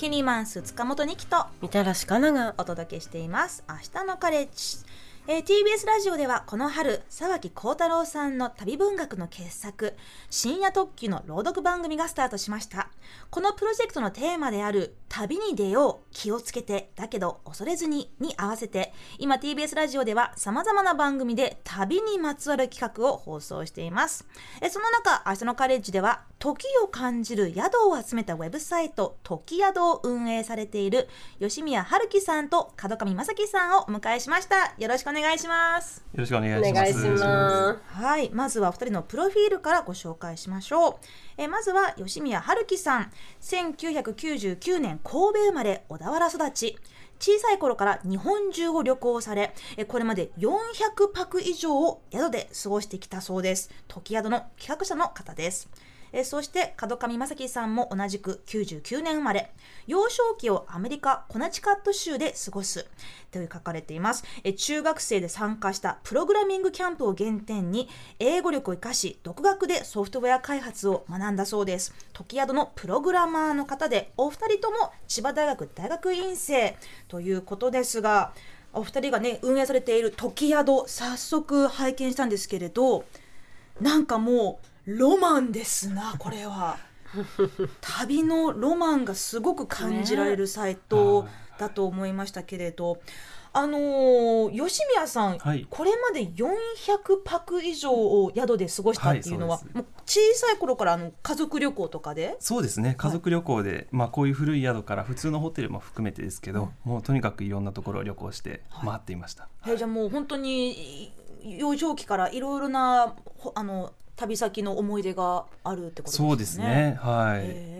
キニマンス塚本二希とみたらしかながお届けしています。明日のカレッジ。TBS ラジオではこの春沢木耕太郎さんの旅文学の傑作深夜特急の朗読番組がスタートしました。このプロジェクトのテーマである旅に出よう気をつけてだけど恐れずにに合わせて今 TBS ラジオでは様々な番組で旅にまつわる企画を放送しています。その中明日のカレッジでは時を感じる宿を集めたウェブサイト時宿を運営されている吉宮春樹さんと門上正樹さんをお迎えしました。よろしくお願いします。 よろしくお願いします。 はい、まずはお二人のプロフィールからご紹介しましょう。まずは吉宮春樹さん、1999年神戸生まれ小田原育ち、小さい頃から日本中を旅行され、これまで400泊以上を宿で過ごしてきたそうです。時宿の企画者の方です。そして門上正樹さんも同じく99年生まれ、幼少期をアメリカコナチカット州で過ごすという書かれています。中学生で参加したプログラミングキャンプを原点に英語力を生かし独学でソフトウェア開発を学んだそうです。時宿のプログラマーの方で、お二人とも千葉大学大学院生ということですが、お二人がね運営されている時宿、早速拝見したんですけれど、なんかもうロマンですな。これは旅のロマンがすごく感じられるサイトだと思いましたけれど、吉宮さん、はい、これまで400泊以上を宿で過ごしたっていうのは、もう小さい頃から家族旅行とかで？ そうですね、家族旅行で、こういう古い宿から普通のホテルも含めてですけど、もうとにかくいろんなところを旅行して回っていました。 じゃあもう本当に幼少期からいろいろな旅先の思い出があるってことですね。 そうですね、はい、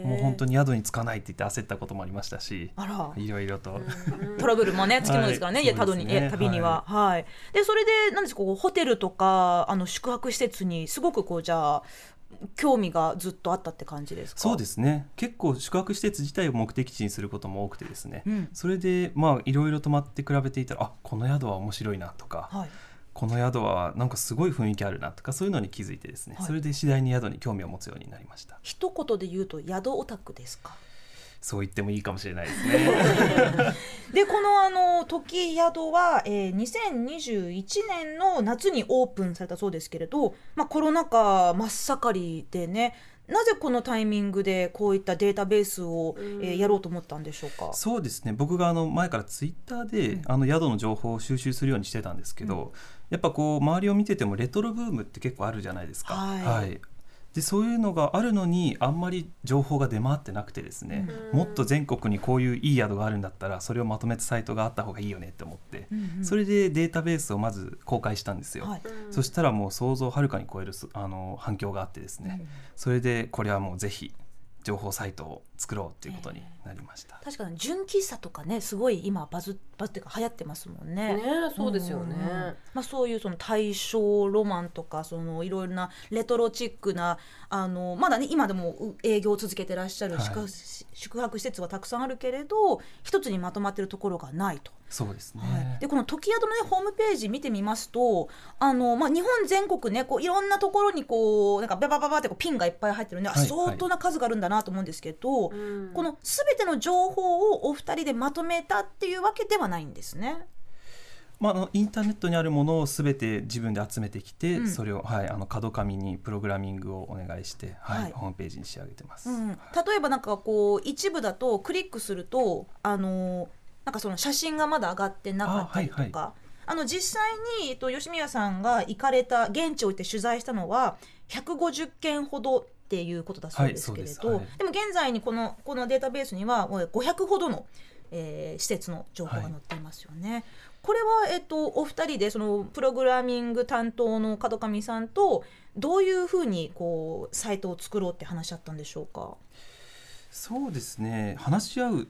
もう本当に宿に着かないって言って焦ったこともありましたし、いろいろとトラブルもねつきものですからね、旅には、はい、でそれで何ですか、ホテルとか宿泊施設にすごくじゃあ興味がずっとあったって感じですか？ そうですね、結構宿泊施設自体を目的地にすることも多くてですね、それでいろいろ泊まって比べていたら、この宿は面白いなとか、この宿はなんかすごい雰囲気あるなとか、そういうのに気づいてですね、それで次第に宿に興味を持つようになりました。 一言で言うと宿オタクですか？ そう言ってもいいかもしれないですねでこの時宿は、2021年の夏にオープンされたそうですけれど、コロナ禍真っ盛りでね、なぜこのタイミングでこういったデータベースを、やろうと思ったんでしょうか？ そうですね、僕が前からツイッターで、宿の情報を収集するようにしてたんですけど、やっぱ周りを見ててもレトロブームって結構あるじゃないですか、はいでそういうのがあるのにあんまり情報が出回ってなくてですね、もっと全国にこういういい宿があるんだったらそれをまとめたサイトがあった方がいいよねって思って、それでデータベースをまず公開したんですよ、そしたらもう想像をはるかに超える反響があってですね、それでこれはもうぜひ情報サイトを作ろうということになりました。 確かに純喫茶とかね、すごい今バズっていうか流行ってますもんね。 そうですよね、 そういう大正ロマンとかいろいろなレトロチックなまだね今でも営業を続けてらっしゃる宿泊施設はたくさんあるけれど、一つにまとまっているところがないと。 そうですね、 でこの時宿の、ね、ホームページ見てみますと日本全国ねいろんなところになんかババババってピンがいっぱい入ってるね、相当な数があるんだなと思うんですけど、この全ての情報をお二人でまとめたっていうわけではないんですね。 インターネットにあるものを全て自分で集めてきて、それを、門上にプログラミングをお願いして、ホームページに仕上げてます、 例えばなんか一部だとクリックするとなんかその写真がまだ上がってなかったりとか、実際に、吉宮さんが行かれた現地を行って取材したのは150件ほどっていうことだそうですけれど、でも現在にこのデータベースにはもう500ほどの、施設の情報が載っていますよね。これは、お二人でそのプログラミング担当の門上さんとどういうふうにサイトを作ろうって話し合ったんでしょうか？ そうですね、話し合う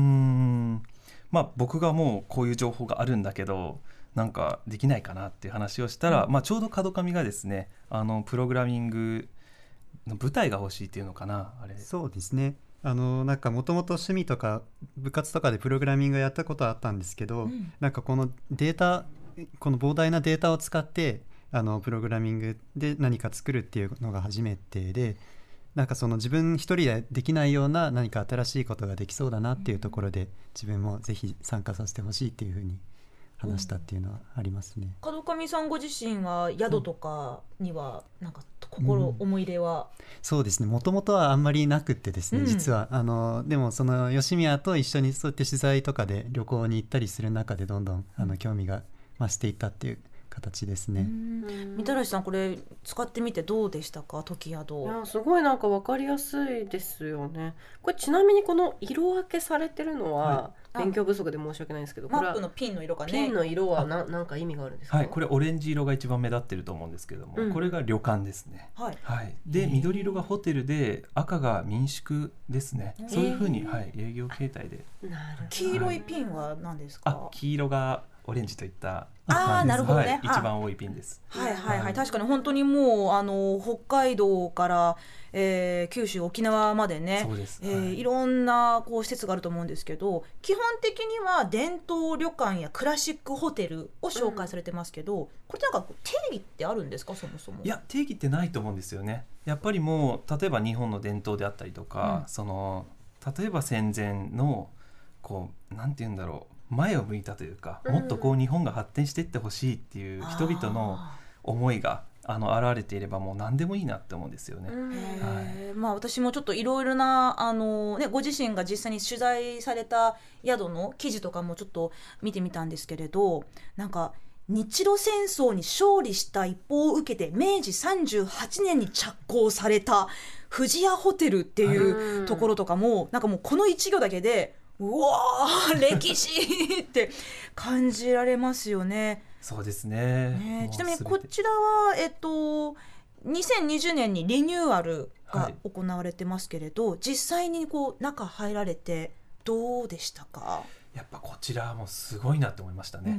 僕がもうこういう情報があるんだけどなんかできないかなっていう話をしたら、ちょうど門上がですねプログラミングの舞台が欲しいっていうのかな、あれ。 そうですね、なんかもともと趣味とか部活とかでプログラミングやったことはあったんですけど、なんかこの膨大なデータを使ってプログラミングで何か作るっていうのが初めてで、 なんかその自分一人でできないような何か新しいことができそうだなっていうところで、自分もぜひ参加させてほしいっていうふうに話したっていうのはありますね。 門上さんご自身は宿とかにはなんか思い入れは、 そうですね、もともとはあんまりなくってですね、実はでもその吉宮と一緒にそうやって取材とかで旅行に行ったりする中でどんどん興味が増していったっていう形ですね。 みたらしさん、これ使ってみてどうでしたか、時宿。 いやすごいなんか分かりやすいですよね。これちなみにこの色分けされてるのは、勉強不足で申し訳ないんですけど、これはマップのピンの色がね、 ピンの色はなんか意味があるんですか？ はい、これオレンジ色が一番目立ってると思うんですけども、これが旅館ですね。 はいで緑色がホテルで赤が民宿ですね。そういうふうに、営業形態で。 なるほど。 黄色いピンは何ですか？ 黄色がオレンジといったなるほどね、 一番多いピンです。 確かに本当にもう北海道から、九州沖縄までね、 そうです、 いろんなこう施設があると思うんですけど、基本的には伝統旅館やクラシックホテルを紹介されてますけど、これなんか定義ってあるんですか、そもそも？ いや、定義ってないと思うんですよね。やっぱりもう例えば日本の伝統であったりとか、例えば戦前のこうなんて言うんだろう、前を向いたというか、もっとこう日本が発展していってほしいっていう人々の思いが現れていれば、もう何でもいいなって思うんですよね。 私もちょっといろいろなご自身が実際に取材された宿の記事とかもちょっと見てみたんですけれど、なんか日露戦争に勝利した一報を受けて明治38年に着工された富士屋ホテルっていうところとかも、なんかもうこの一行だけでうわー歴史って感じられますよね。 そうですね。 ちなみにこちらは、2020年にリニューアルが行われてますけれど、実際にこう中入られてどうでしたか？ やっぱこちらもすごいなって思いましたね。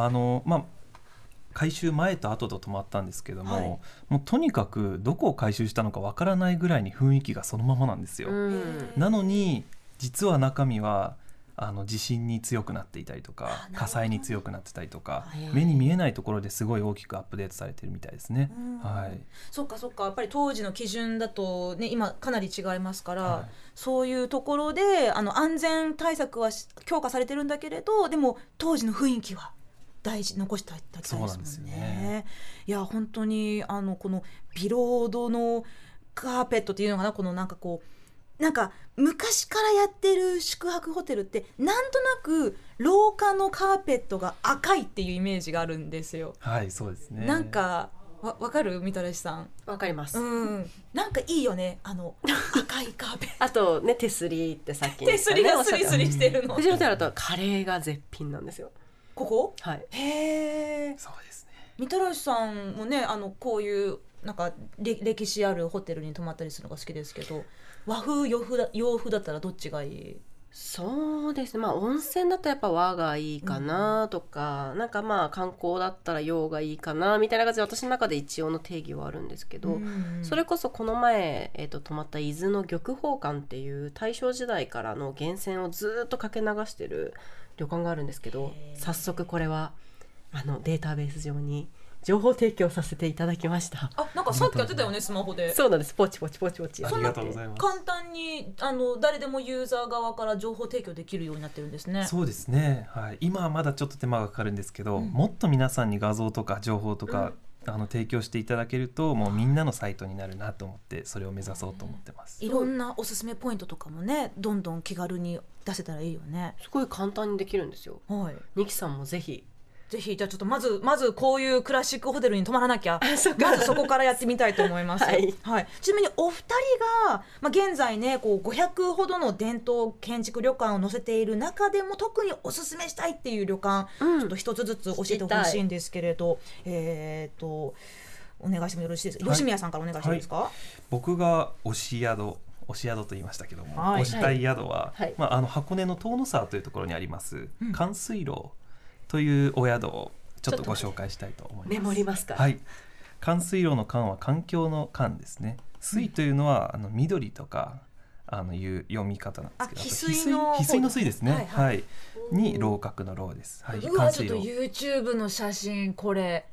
改修前と後と泊まったんですけども、もうとにかくどこを改修したのかわからないぐらいに雰囲気がそのままなんですよ。なのに実は中身は地震に強くなっていたりとか、火災に強くなってたりとか、目に見えないところですごい大きくアップデートされてるみたいですね。 そっかやっぱり当時の基準だと、ね、今かなり違いますから、そういうところで安全対策は強化されてるんだけれど、でも当時の雰囲気は残していただきたいですもんね。いや本当にこのビロードのカーペットっていうのかな、このなんかこうなんか昔からやってる宿泊ホテルってなんとなく廊下のカーペットが赤いっていうイメージがあるんですよ。 そうですね。 なんかわかる？みたらしさん。 わかります。 なんかいいよね、赤いカーペット。 あとね、手すりってさっき手すりがスリスリしてるの。 富士ホテルだとカレーが絶品なんですよ。 ここ？ へー。 そうですね。 みたらしさんもね、こういうなんか歴史あるホテルに泊まったりするのが好きですけど、和風洋風だったらどっちがいい？ そうですね、温泉だとやっぱ和がいいかなとか、なんか観光だったら洋がいいかなみたいな感じで、私の中で一応の定義はあるんですけど、それこそこの前、泊まった伊豆の玉鳳館っていう大正時代からの源泉をずっとかけ流してる旅館があるんですけど、早速これはデータベース上に情報提供させていただきました。 なんかさっきやってたよね、スマホで。 そうなんです。ポチポチポチポチ。 ありがとうございます。 簡単に誰でもユーザー側から情報提供できるようになってるんですね。 そうですね、今はまだちょっと手間がかかるんですけど、もっと皆さんに画像とか情報とか、提供していただけると、もうみんなのサイトになるなと思って、それを目指そうと思ってます。 いろんなおすすめポイントとかもね、どんどん気軽に出せたらいいよね。 すごい簡単にできるんですよ。ニキさんもぜひじゃあちょっとまずこういうクラシックホテルに泊まらなきゃまずそこからやってみたいと思います。ちなみにお二人が、現在ねこう500ほどの伝統建築旅館を載せている中でも特におすすめしたいっていう旅館、ちょっと一つずつ教えてほしいんですけれど、お願いしてもよろしいですか？吉宮さんからお願いしていいですか？ 僕が推し宿と言いましたけども、推したい宿は、箱根の遠野沢というところにあります環水楼というお宿をちょっとご紹介したいと思います。 メモりますか？ 環水楼の環は環境の環ですね。水というのは緑とかいう読み方なんですけど、翡翠の水ですね。に楼閣の楼です。 うわ、ちょっと YouTube の写真これ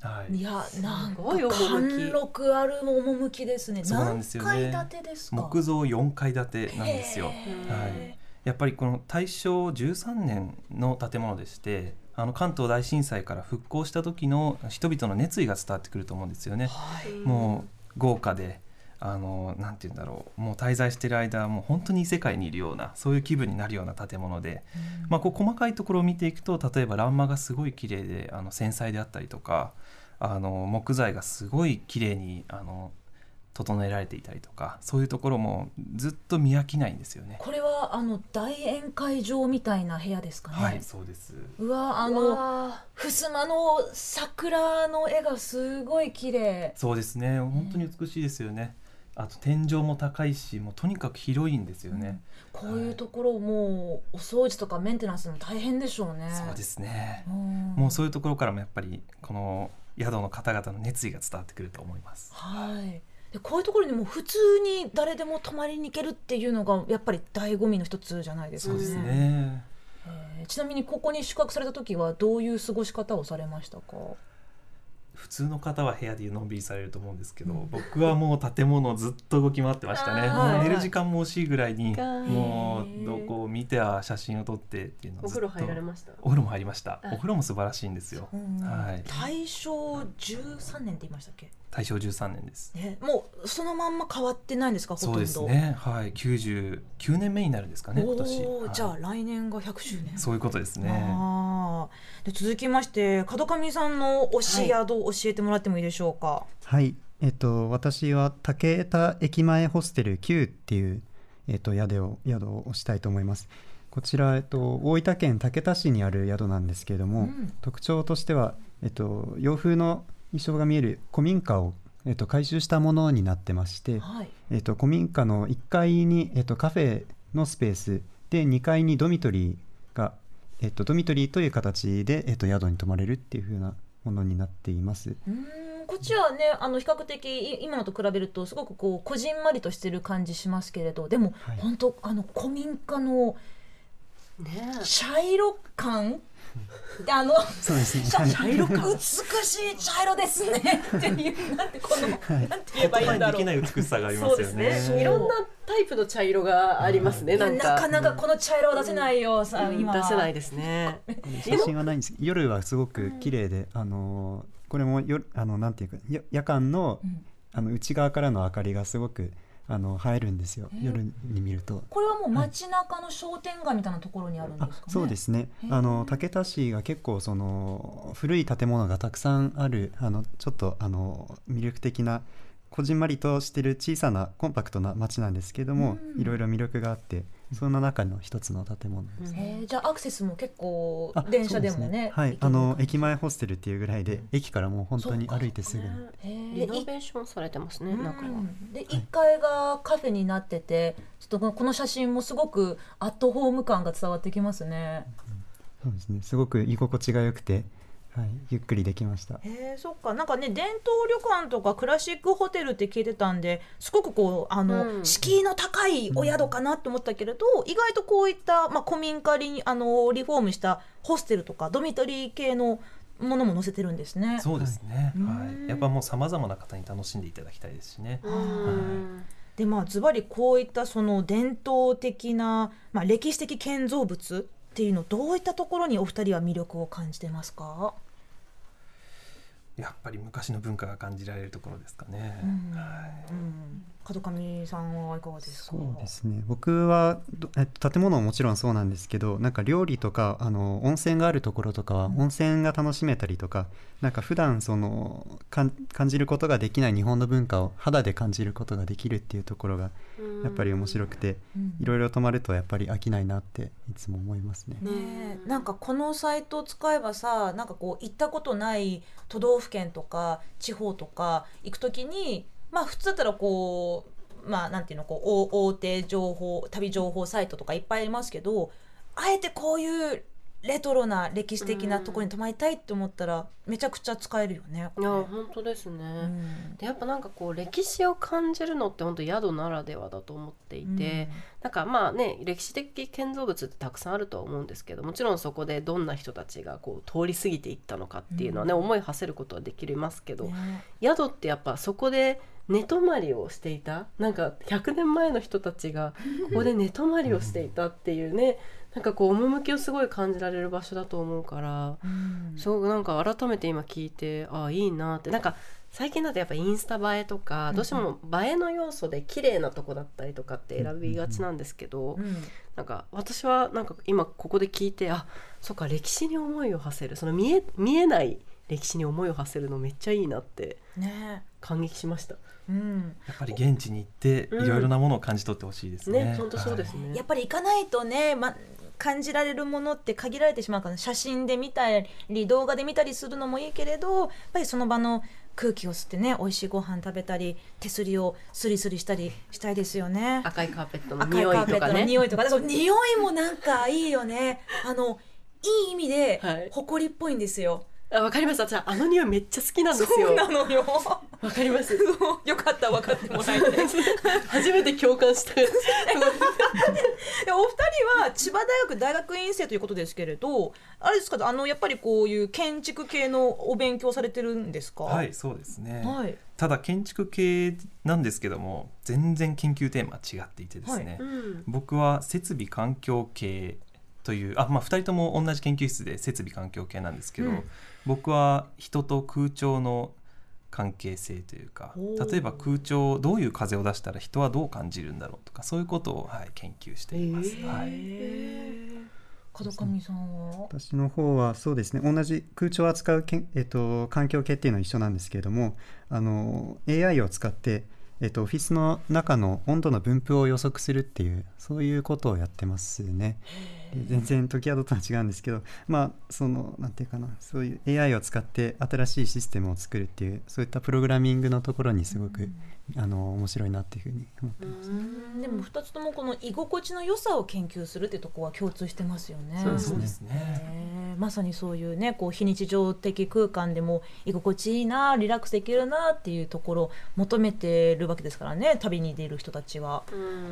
はい、 いやなんかすごい趣貫禄ある趣ですね。 そうなんですよね。 何階建てですか？ 木造4階建てなんですよ。はい、 へやっぱりこの大正13年の建物でして、関東大震災から復興した時の人々の熱意が伝わってくると思うんですよね。 はい、 もう豪華でなんて言うんだろう、もう滞在している間もう本当に異世界にいるような、そういう気分になるような建物で、こう細かいところを見ていくと、例えば欄間がすごい綺麗で繊細であったりとか、木材がすごい綺麗に整えられていたりとか、そういうところもずっと見飽きないんですよね。 これは大宴会場みたいな部屋ですかね？ はい、そうです。 うわ襖の桜の絵がすごい綺麗。 そうですね、本当に美しいですよね。あと天井も高いし、もうとにかく広いんですよね。 こういうところもお掃除とかメンテナンスも大変でしょうね。 そうですね、もうそういうところからもやっぱりこの宿の方々の熱意が伝わってくると思います。 はい。でこういうところにも普通に誰でも泊まりに行けるっていうのがやっぱり醍醐味の一つじゃないですかね。 そうですね。 ちなみにここに宿泊された時はどういう過ごし方をされましたか？ 普通の方は部屋でのんびりされると思うんですけど、僕はもう建物をずっと動き回ってましたね。もう寝る時間も惜しいぐらいに、もうどこを見ては写真を撮ってっていうのをずっと。 お風呂入られました？ お風呂も入りました。お風呂も素晴らしいんですよ。はい、 大正13年って言いましたっけ？ 大正13年です、 もうそのまんま変わってないんですか？ほとんど。 そうですね、はい、99年目になるんですかね、今年。 じゃあ来年が100周年。 そういうことですね。 で続きまして門上さんの推し宿を教えてもらってもいいでしょうか？ はい、私は竹田駅前ホステル Q っていう、宿を推したいと思います。こちら、大分県竹田市にある宿なんですけれども、特徴としては、洋風の衣装が見える古民家を、改修したものになってまして、 はい、 古民家の1階に、カフェのスペースで、2階にドミトリーが、ドミトリーという形で、宿に泊まれるっていう風なものになっています。 こっちはね比較的今のと比べるとすごくこうこじんまりとしてる感じしますけれど、でも、はい、本当古民家の茶色感そうですね、 茶色く美しい茶色ですねっていうなんてこの、はい、なんて言えばいいんだろう、 言葉にできない美しさがありますよね。 そうですね、いろんなタイプの茶色がありますね。なかなかこの茶色は出せないよ、今出せないですね。 写真はないんですけど、夜はすごく綺麗で、これもなんていうか夜間の、内側からの明かりがすごく映えるんですよ、夜に見ると。これはもう街中の商店街みたいなところにあるんですかね？ そうですね、竹田市が結構その古い建物がたくさんあるちょっと魅力的なこじんまりとしてる小さなコンパクトな街なんですけども、いろいろ魅力があって、そんな中の一つの建物です。 じゃあアクセスも結構電車でもね、 はい、駅前ホステルっていうぐらいで、駅からもう本当に歩いてすぐ、 リノベーションされてますね、中は。 で1階がカフェになってて、ちょっとこの写真もすごくアットホーム感が伝わってきますね。 そうですね、すごく居心地が良くて、はい、ゆっくりできました。 そっか、なんかね、伝統旅館とかクラシックホテルって聞いてたんで、すごくこう敷居の高いお宿かなと思ったけれど、意外とこういった、古民家リフォームしたホステルとかドミトリー系のものも載せてるんですね。 そうですね、はい、やっぱもう様々な方に楽しんでいただきたいですしね。 でズバリこういったその伝統的な、歴史的建造物っていうの、どういったところにお二人は魅力を感じてますか？ やっぱり昔の文化が感じられるところですかね。 門上さんはいかがですか？ そうですね、僕は建物ももちろんそうなんですけど、なんか料理とか温泉があるところとかは温泉が楽しめたりとか、なんか普段感じることができない日本の文化を肌で感じることができるっていうところがやっぱり面白くて、いろいろ泊まるとやっぱり飽きないなっていつも思いますね。 なんかこのサイトを使えばさ、なんかこう行ったことない都道府県とか地方とか行くときに、普通だったらこう、なんていうの、こう大手旅情報サイトとかいっぱいありますけど、あえてこういうレトロな歴史的なところに泊まりたいって思ったらめちゃくちゃ使えるよね。 いや本当ですね、でやっぱなんかこう歴史を感じるのって本当宿ならではだと思っていて、なんかまあね歴史的建造物ってたくさんあるとは思うんですけど、もちろんそこでどんな人たちがこう通り過ぎていったのかっていうのはね、思い馳せることはできますけど、宿ってやっぱそこで寝泊まりをしていた、なんか100年前の人たちがここで寝泊まりをしていたっていうねなんかこう趣をすごい感じられる場所だと思うから、すごくなんか改めて今聞いていいなって。なんか最近だとやっぱインスタ映えとかどうしても映えの要素で綺麗なとこだったりとかって選びがちなんですけど、なんか私はなんか今ここで聞いてそっか歴史に思いを馳せる、その見えない歴史に思いを馳せるのめっちゃいいなって感激しました、 やっぱり現地に行っていろいろなものを感じ取ってほしいですね。 本当そうですね、 やっぱり行かないとね、感じられるものって限られてしまうから、写真で見たり動画で見たりするのもいいけれど、やっぱりその場の空気を吸ってね、美味しいご飯食べたり手すりをスリスリしたりしたいですよね。 赤いカーペットの匂いとかね。赤いカーペットの匂いとか、そう匂いもなんかいいよね。いい意味で埃っぽいんですよ。 わかりました。じゃあ匂いめっちゃ好きなんですよ。 そうなのよ。 わかります。 よかった、分かってもらえて初めて共感した。お二人は千葉大学大学院生ということですけれど、あれですか、やっぱりこういう建築系のお勉強されてるんですか？ はい、そうですね、ただ建築系なんですけども全然研究テーマ違っていてですね、僕は設備環境系という2人とも同じ研究室で設備環境系なんですけど、僕は人と空調の関係性というか、例えば空調どういう風を出したら人はどう感じるんだろうとか、そういうことを、研究しています。 門上さんは？ 私の方はそうですね、同じ空調を扱う環境系っていうのは一緒なんですけれども、AI を使ってオフィスの中の温度の分布を予測するっていう、そういうことをやってますね。全然時宿とは違うんですけど、なんていうかな、そういう AI を使って新しいシステムを作るっていう、そういったプログラミングのところにすごく、面白いなっていうふうに思ってます。 でも2つともこの居心地の良さを研究するっていうところは共通してますよね。 そうですね、 まさにそういうね、こう非日常的空間でも居心地いいな、リラックスできるなっていうところを求めてるわけですからね、旅に出る人たちは。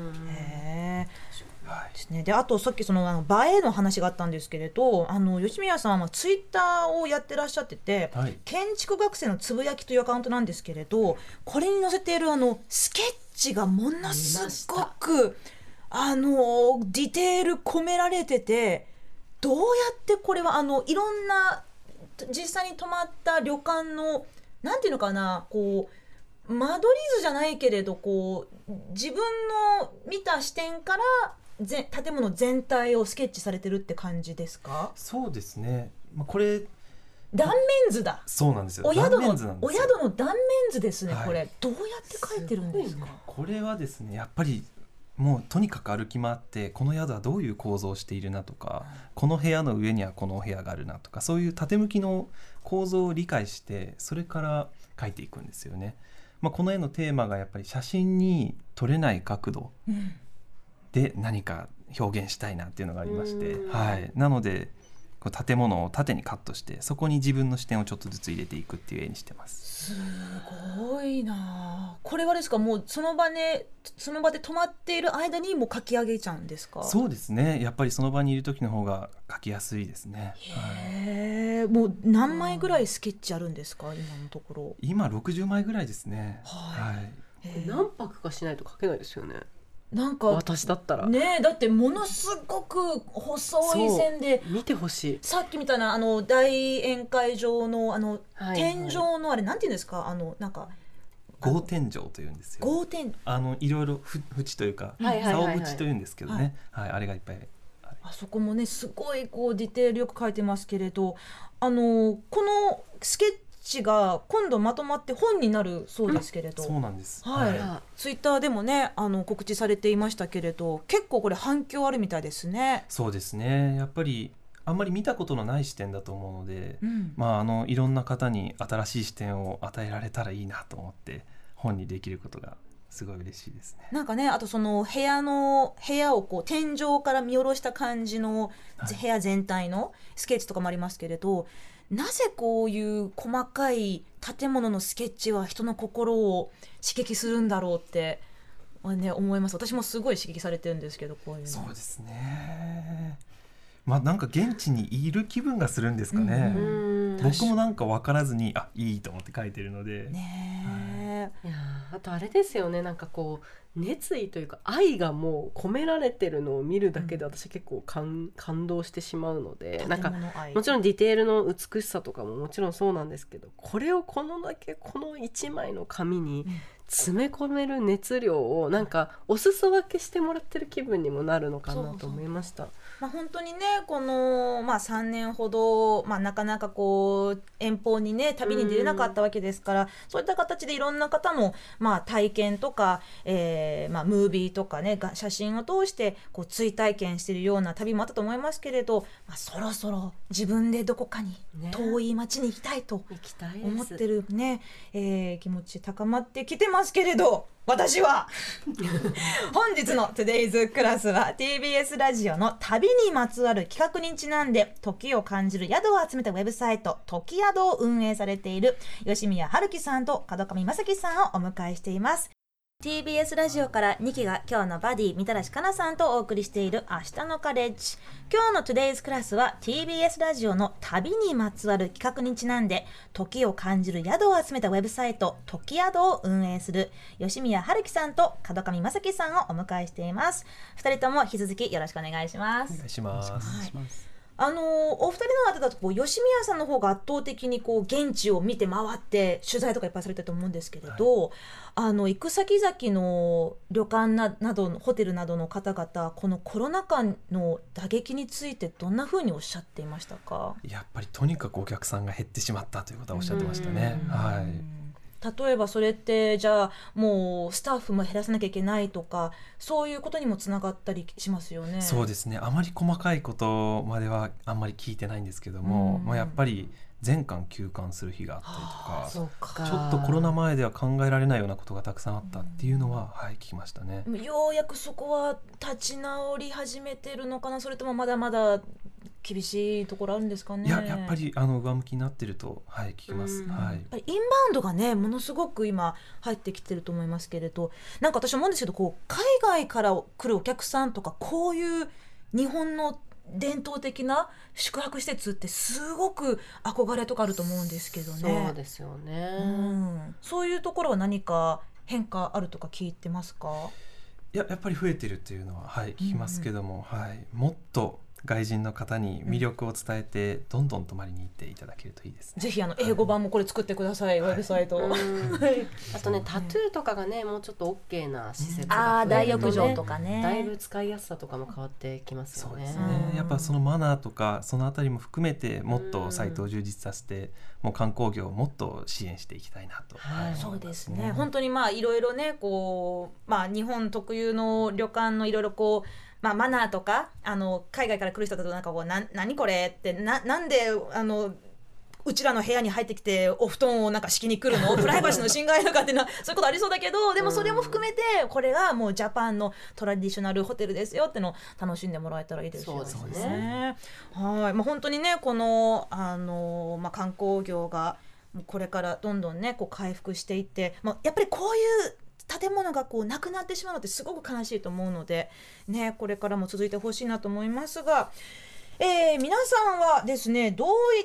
ですね。で、あとさっきその映えの話があったんですけれど、吉宮さんはツイッターをやってらっしゃってて、建築学生のつぶやきというアカウントなんですけれど、これに載せているスケッチがものすごくディテール込められてて、どうやってこれはいろんな実際に泊まった旅館のなんていうのかな、こう間取り図じゃないけれど、こう自分の見た視点から建物全体をスケッチされてるって感じですか？ そうですね、これ断面図だ。 そうなんですよ。 お宿の断面図なんですよ。 お宿の断面図ですね、これどうやって描いてるんですか？ これはですね、やっぱりもうとにかく歩き回って、この宿はどういう構造をしているなとか、この部屋の上にはこのお部屋があるなとか、そういう縦向きの構造を理解して、それから描いていくんですよね。この絵のテーマがやっぱり写真に撮れない角度で何か表現したいなっていうのがありまして、なのでこう建物を縦にカットして、そこに自分の視点をちょっとずつ入れていくっていう絵にしてます。 すごいな。これはですか、もうその場で止まっている間にもう描き上げちゃうんですか？ そうですね、やっぱりその場にいる時の方が描きやすいですね。 もう何枚ぐらいスケッチあるんですか、今のところ？ 今60枚ぐらいですね。 何泊かしないと描けないですよね。 なんか私だったらね、だってものすごく細い線で見てほしい。 さっきみたいな大宴会場の天井のあれなんていうんですか、なんか合天井というんですよ。 合天いろいろ縁というか竿縁というんですけどね、あれがいっぱいあそこもね、すごいこうディテールよく描いてますけれど、このスケッチが今度まとまって本になるそうですけれど、 そうなんです。 ツイッターでもね告知されていましたけれど、結構これ反響あるみたいですね。 そうですね、やっぱりあんまり見たことのない視点だと思うので、いろんな方に新しい視点を与えられたらいいなと思って本にできることがすごい嬉しいですね。 なんかね、あとその部屋をこう天井から見下ろした感じの部屋全体のスケッチとかもありますけれど、なぜこういう細かい建物のスケッチは人の心を刺激するんだろうってね、思います。私もすごい刺激されてるんですけど、こういうの。 そうですね。なんか現地にいる気分がするんですかね。僕もなんか分からずにいいと思って書いてるので、 ね、 いやあとあれですよね、なんかこう熱意というか愛がもう込められてるのを見るだけで私結構感動してしまうので、なんかもちろんディテールの美しさとかももちろんそうなんですけど、これをこのだけこの一枚の紙に詰め込める熱量をなんかお裾分けしてもらってる気分にもなるのかなと思いました。 本当にね、この、3年ほど、なかなかこう遠方にね旅に出れなかったわけですから、そういった形でいろんな方も、体験とか、ムービーとかね写真を通してこう追体験しているような旅もあったと思いますけれど、そろそろ自分でどこかに遠い町に行きたいと思ってるね、気持ち高まってきてますけれど、私は本日の Today's クラスは TBS ラジオの旅にまつわる企画にちなんで時を感じる宿を集めたウェブサイト時宿を運営されている吉宮春樹さんと門上正樹さんをお迎えしています。TBS ラジオから2期が今日のバディみたらしかなさんとお送りしている明日のカレッジ。今日の Today's クラスは TBS ラジオの旅にまつわる企画にちなんで時を感じる宿を集めたウェブサイト時宿を運営する吉宮春樹さんと門上正樹さんをお迎えしています。2人とも引き続きよろしくお願いします。 お願いします。 お二人の後だと吉宮さんの方が圧倒的にこう現地を見て回って取材とかいっぱいされてると思うんですけれど、行く先々の旅館などのホテルなどの方々、このコロナ禍の打撃についてどんなふうにおっしゃっていましたか？ やっぱりとにかくお客さんが減ってしまったということはおっしゃってましたね。 例えばそれってじゃあもうスタッフも減らさなきゃいけないとか、そういうことにもつながったりしますよね。 そうですね、あまり細かいことまではあんまり聞いてないんですけども、やっぱり全館休館する日があったりとか、ちょっとコロナ前では考えられないようなことがたくさんあったっていうのは、聞きましたね。 ようやくそこは立ち直り始めてるのかな、それともまだまだ厳しいところあるんですかね。 やっぱり上向きになってると、聞きます。 やっぱりインバウンドがねものすごく今入ってきてると思いますけれど、なんか私思うんですけど、こう海外から来るお客さんとか、こういう日本の伝統的な宿泊施設ってすごく憧れとかあると思うんですけどね。 そうですよね、 そういうところは何か変化あるとか聞いてますか？ やっぱり増えてるっていうのは、聞きますけども、もっと外人の方に魅力を伝えて、どんどん泊まりに行っていただけるといいですね。 ぜひ英語版もこれ作ってください、ウェブサイト。 あとね、タトゥーとかがねもうちょっと OK な施設が増えるとね、 大浴場とかね、 だいぶ使いやすさとかも変わってきますよね。 そうですね、やっぱそのマナーとかそのあたりも含めてもっとサイトを充実させて、もう観光業をもっと支援していきたいなと、 そうですね。本当にいろいろねこう、日本特有の旅館のいろいろこうマナーとか海外から来る人だとなんかこう何これってなんでうちらの部屋に入ってきてお布団をなんか敷きに来るのプライバシーの侵害とかっていうのはそういうことありそうだけど、でもそれも含めてこれがもうジャパンのトラディショナルホテルですよってのを楽しんでもらえたらいいですよね。 そうですね。 本当にねこの観光業がこれからどんどんねこう回復していって、やっぱりこういう建物がこうなくなってしまうのってすごく悲しいと思うので、ね、これからも続いてほしいなと思いますが、皆さんはですねどういった、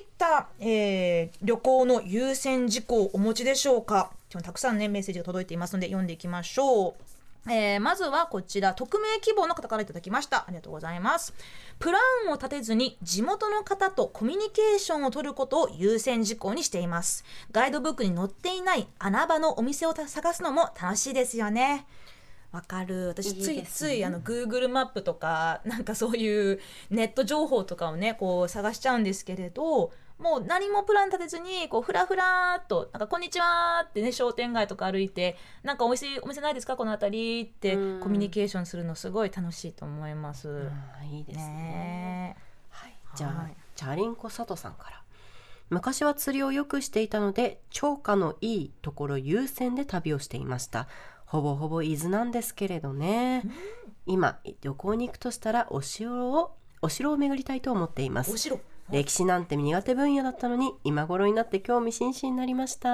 旅行の優先事項をお持ちでしょうか。今日たくさんねメッセージが届いていますので読んでいきましょう。まずはこちら匿名希望の方からいただきました。ありがとうございます。プランを立てずに地元の方とコミュニケーションを取ることを優先事項にしています。ガイドブックに載っていない穴場のお店を探すのも楽しいですよね。わかる。私ついついGoogle マップとかなんかそういうネット情報とかをねこう探しちゃうんですけれど、もう何もプラン立てずにこうフラフラっとなんかこんにちはってね商店街とか歩いてなんかお店ないですかこの辺りってコミュニケーションするのすごい楽しいと思います。 いいですね。じゃあチャリンコ佐藤さんから、昔は釣りをよくしていたので釣果のいいところ優先で旅をしていました。 ほぼほぼ伊豆なんですけれどね、今旅行に行くとしたらお城を巡りたいと思っています。 お城、 歴史なんて苦手分野だったのに今頃になって興味津々になりました。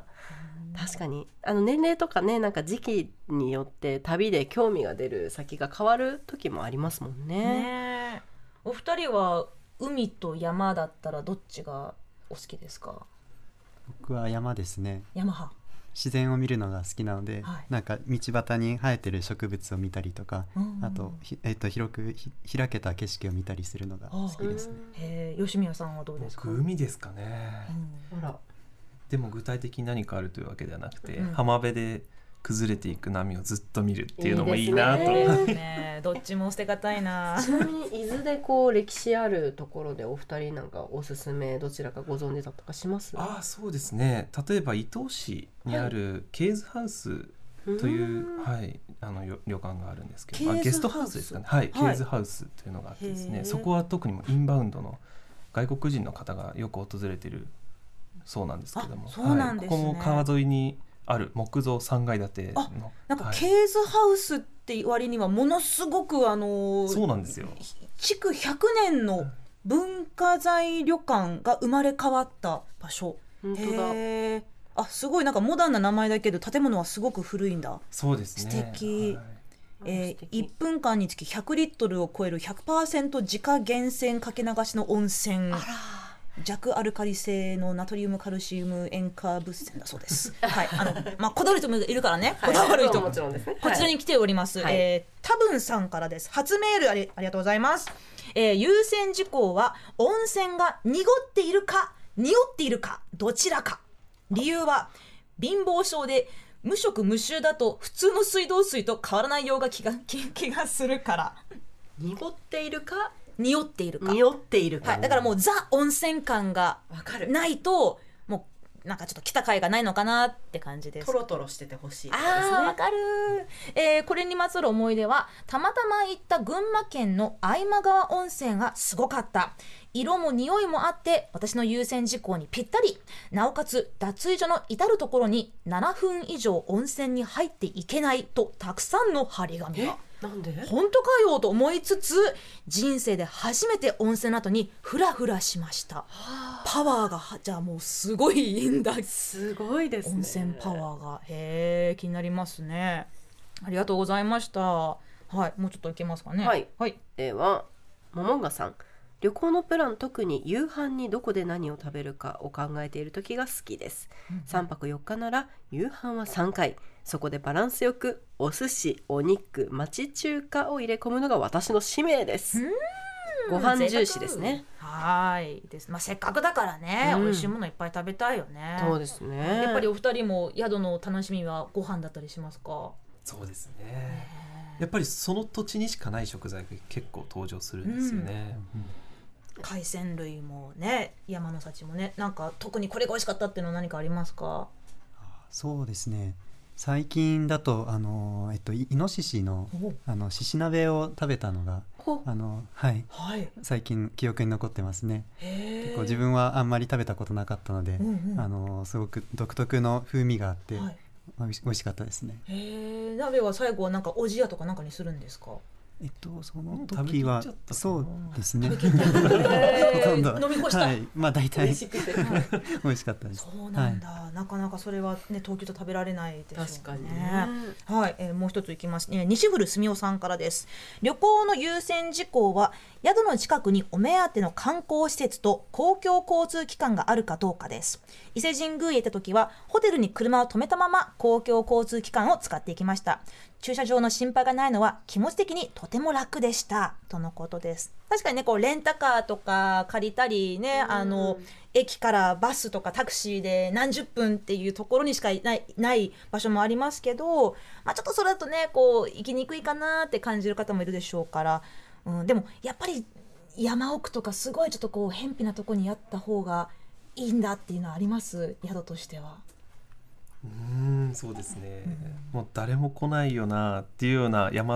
確かに年齢とかね、なんか時期によって旅で興味が出る先が変わる時もありますもんね。 ねえ、お二人は海と山だったらどっちがお好きですか？ 僕は山ですね。 山派。 自然を見るのが好きなので、 はい、 なんか道端に生えてる植物を見たりとか、あと広く開けた景色を見たりするのが好きですね。 吉宮さんはどうですか？ 僕海ですかね、 あら、 でも具体的に何かあるというわけではなくて、浜辺で崩れていく波をずっと見るっていうのもいいなと。 いいですね。どっちも捨てがたいな。 ちなみに伊豆でこう歴史あるところでお二人なんかおすすめどちらかご存知だったかします？ そうですね、例えば伊東市にあるケーズハウスという、旅館があるんですけど、ゲストハウスですかね、ケーズハウスというのがあってですね、そこは特にもインバウンドの外国人の方がよく訪れているそうなんですけども、 そうなんですね。 ここも川沿いにある木造3階建ての、 なんかケーズハウスって割にはものすごくそうなんですよ、 築100年の文化財旅館が生まれ変わった場所。 本当だ。 すごいなんかモダンな名前だけど建物はすごく古いんだ。 そうですね、 素敵。1分間につき100リットルを超える 100% 自家源泉かけ流しの温泉、弱アルカリ性のナトリウムカルシウム塩化物泉だそうです。はい、こだわる人もいるからね、こだわる人もちろんですね。 こちらに来ております。多分さんからです。初メールありがとうございます。優先事項は温泉が濁っているか匂っているかどちらか。理由は貧乏症で無色無臭だと普通の水道水と変わらないようが気がするから。 濁っているか匂っているか。 匂っているか、 だからもうザ温泉感がないともうなんかちょっと来た甲斐がないのかなって感じです。 トロトロしててほしいですね。 わかる。これにまつわる思い出はたまたま行った群馬県の相馬川温泉がすごかった。色も匂いもあって私の優先事項にぴったり。なおかつ脱衣所の至るところに7分以上温泉に入っていけないとたくさんの張り紙が。 なんで？ 本当かよと思いつつ人生で初めて温泉の後にフラフラしました。パワーがじゃあもうすごいいいんだ。 すごいですね、 温泉パワーが。気になりますね。ありがとうございました。はい、もうちょっといけますかね。 はい、ではももがさん、旅行のプラン、特に夕飯にどこで何を食べるかを考えている時が好きです。3泊4日なら夕飯は3回、そこでバランスよくお寿司、お肉、町中華を入れ込むのが私の使命です。ご飯重視ですね。 はいです。せっかくだからね、美味しいものいっぱい食べたいよね。 そうですね。 やっぱりお二人も宿の楽しみはご飯だったりしますか？ そうですね、やっぱりその土地にしかない食材が結構登場するんですよね。 海鮮類もね、山の幸もね、なんか特にこれが美味しかったっていうのは何かありますか？ そうですね、最近だとイノシシのしし鍋を食べたのが最近記憶に残ってますね。結構自分はあんまり食べたことなかったので、すごく独特の風味があって、美味しかったですね。 鍋は最後はなんかおじやとかなんかにするんですか？ その時はそうですね、ほとんど飲み干した、 大体美味しかったです。 そうなんだ、なかなかそれはね東京と食べられないでしょうね。確かに。もう一ついきます、西古住夫さんからです。旅行の優先事項は宿の近くにお目当ての観光施設と公共交通機関があるかどうかです。伊勢神宮へ行った時はホテルに車を止めたまま公共交通機関を使っていきました。駐車場の心配がないのは気持ち的にとても楽でしたとのことです。確かにね、こうレンタカーとか借りたりね、駅からバスとかタクシーで何十分っていうところにしかない場所もありますけど、ちょっとそれだとねこう行きにくいかなって感じる方もいるでしょうから、でもやっぱり山奥とかすごいちょっとこう偏僻なところにあった方がいいんだっていうのはあります、宿としては。 そうですね、もう誰も来ないよなっていうような山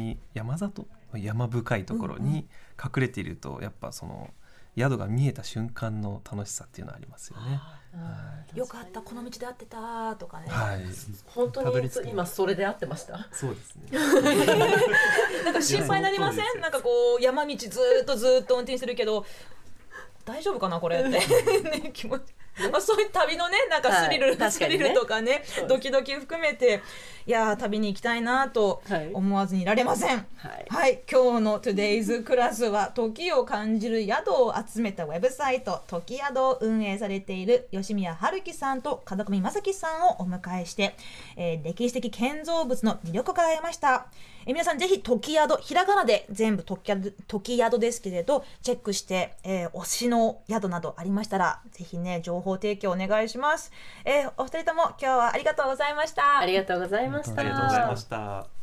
深いところに隠れていると、やっぱその宿が見えた瞬間の楽しさっていうのはありますよね。 よかったこの道で会ってたとかね、 はい、 本当に今それで会ってました。 そうですね。 なんか心配になりません？なんかこう山道ずっと運転してるけど大丈夫かなこれってね、気持ちまあ、そういう旅のねなんかスリル、 はい、 スリルとかねドキドキ含めていや旅に行きたいなと思わずにいられません。 はい、 はい、今日の Today's クラスは時を感じる宿を集めたウェブサイト時宿を運営されている吉宮春樹さんと門上正樹さんをお迎えして、歴史的建造物の魅力を伺いました。皆さんぜひ時宿ひらがなで全部時宿ですけれどチェックして、推しの宿などありましたらぜひね情報提供お願いします。お二人とも今日はありがとうございました。 ありがとうございました。 ありがとうございました。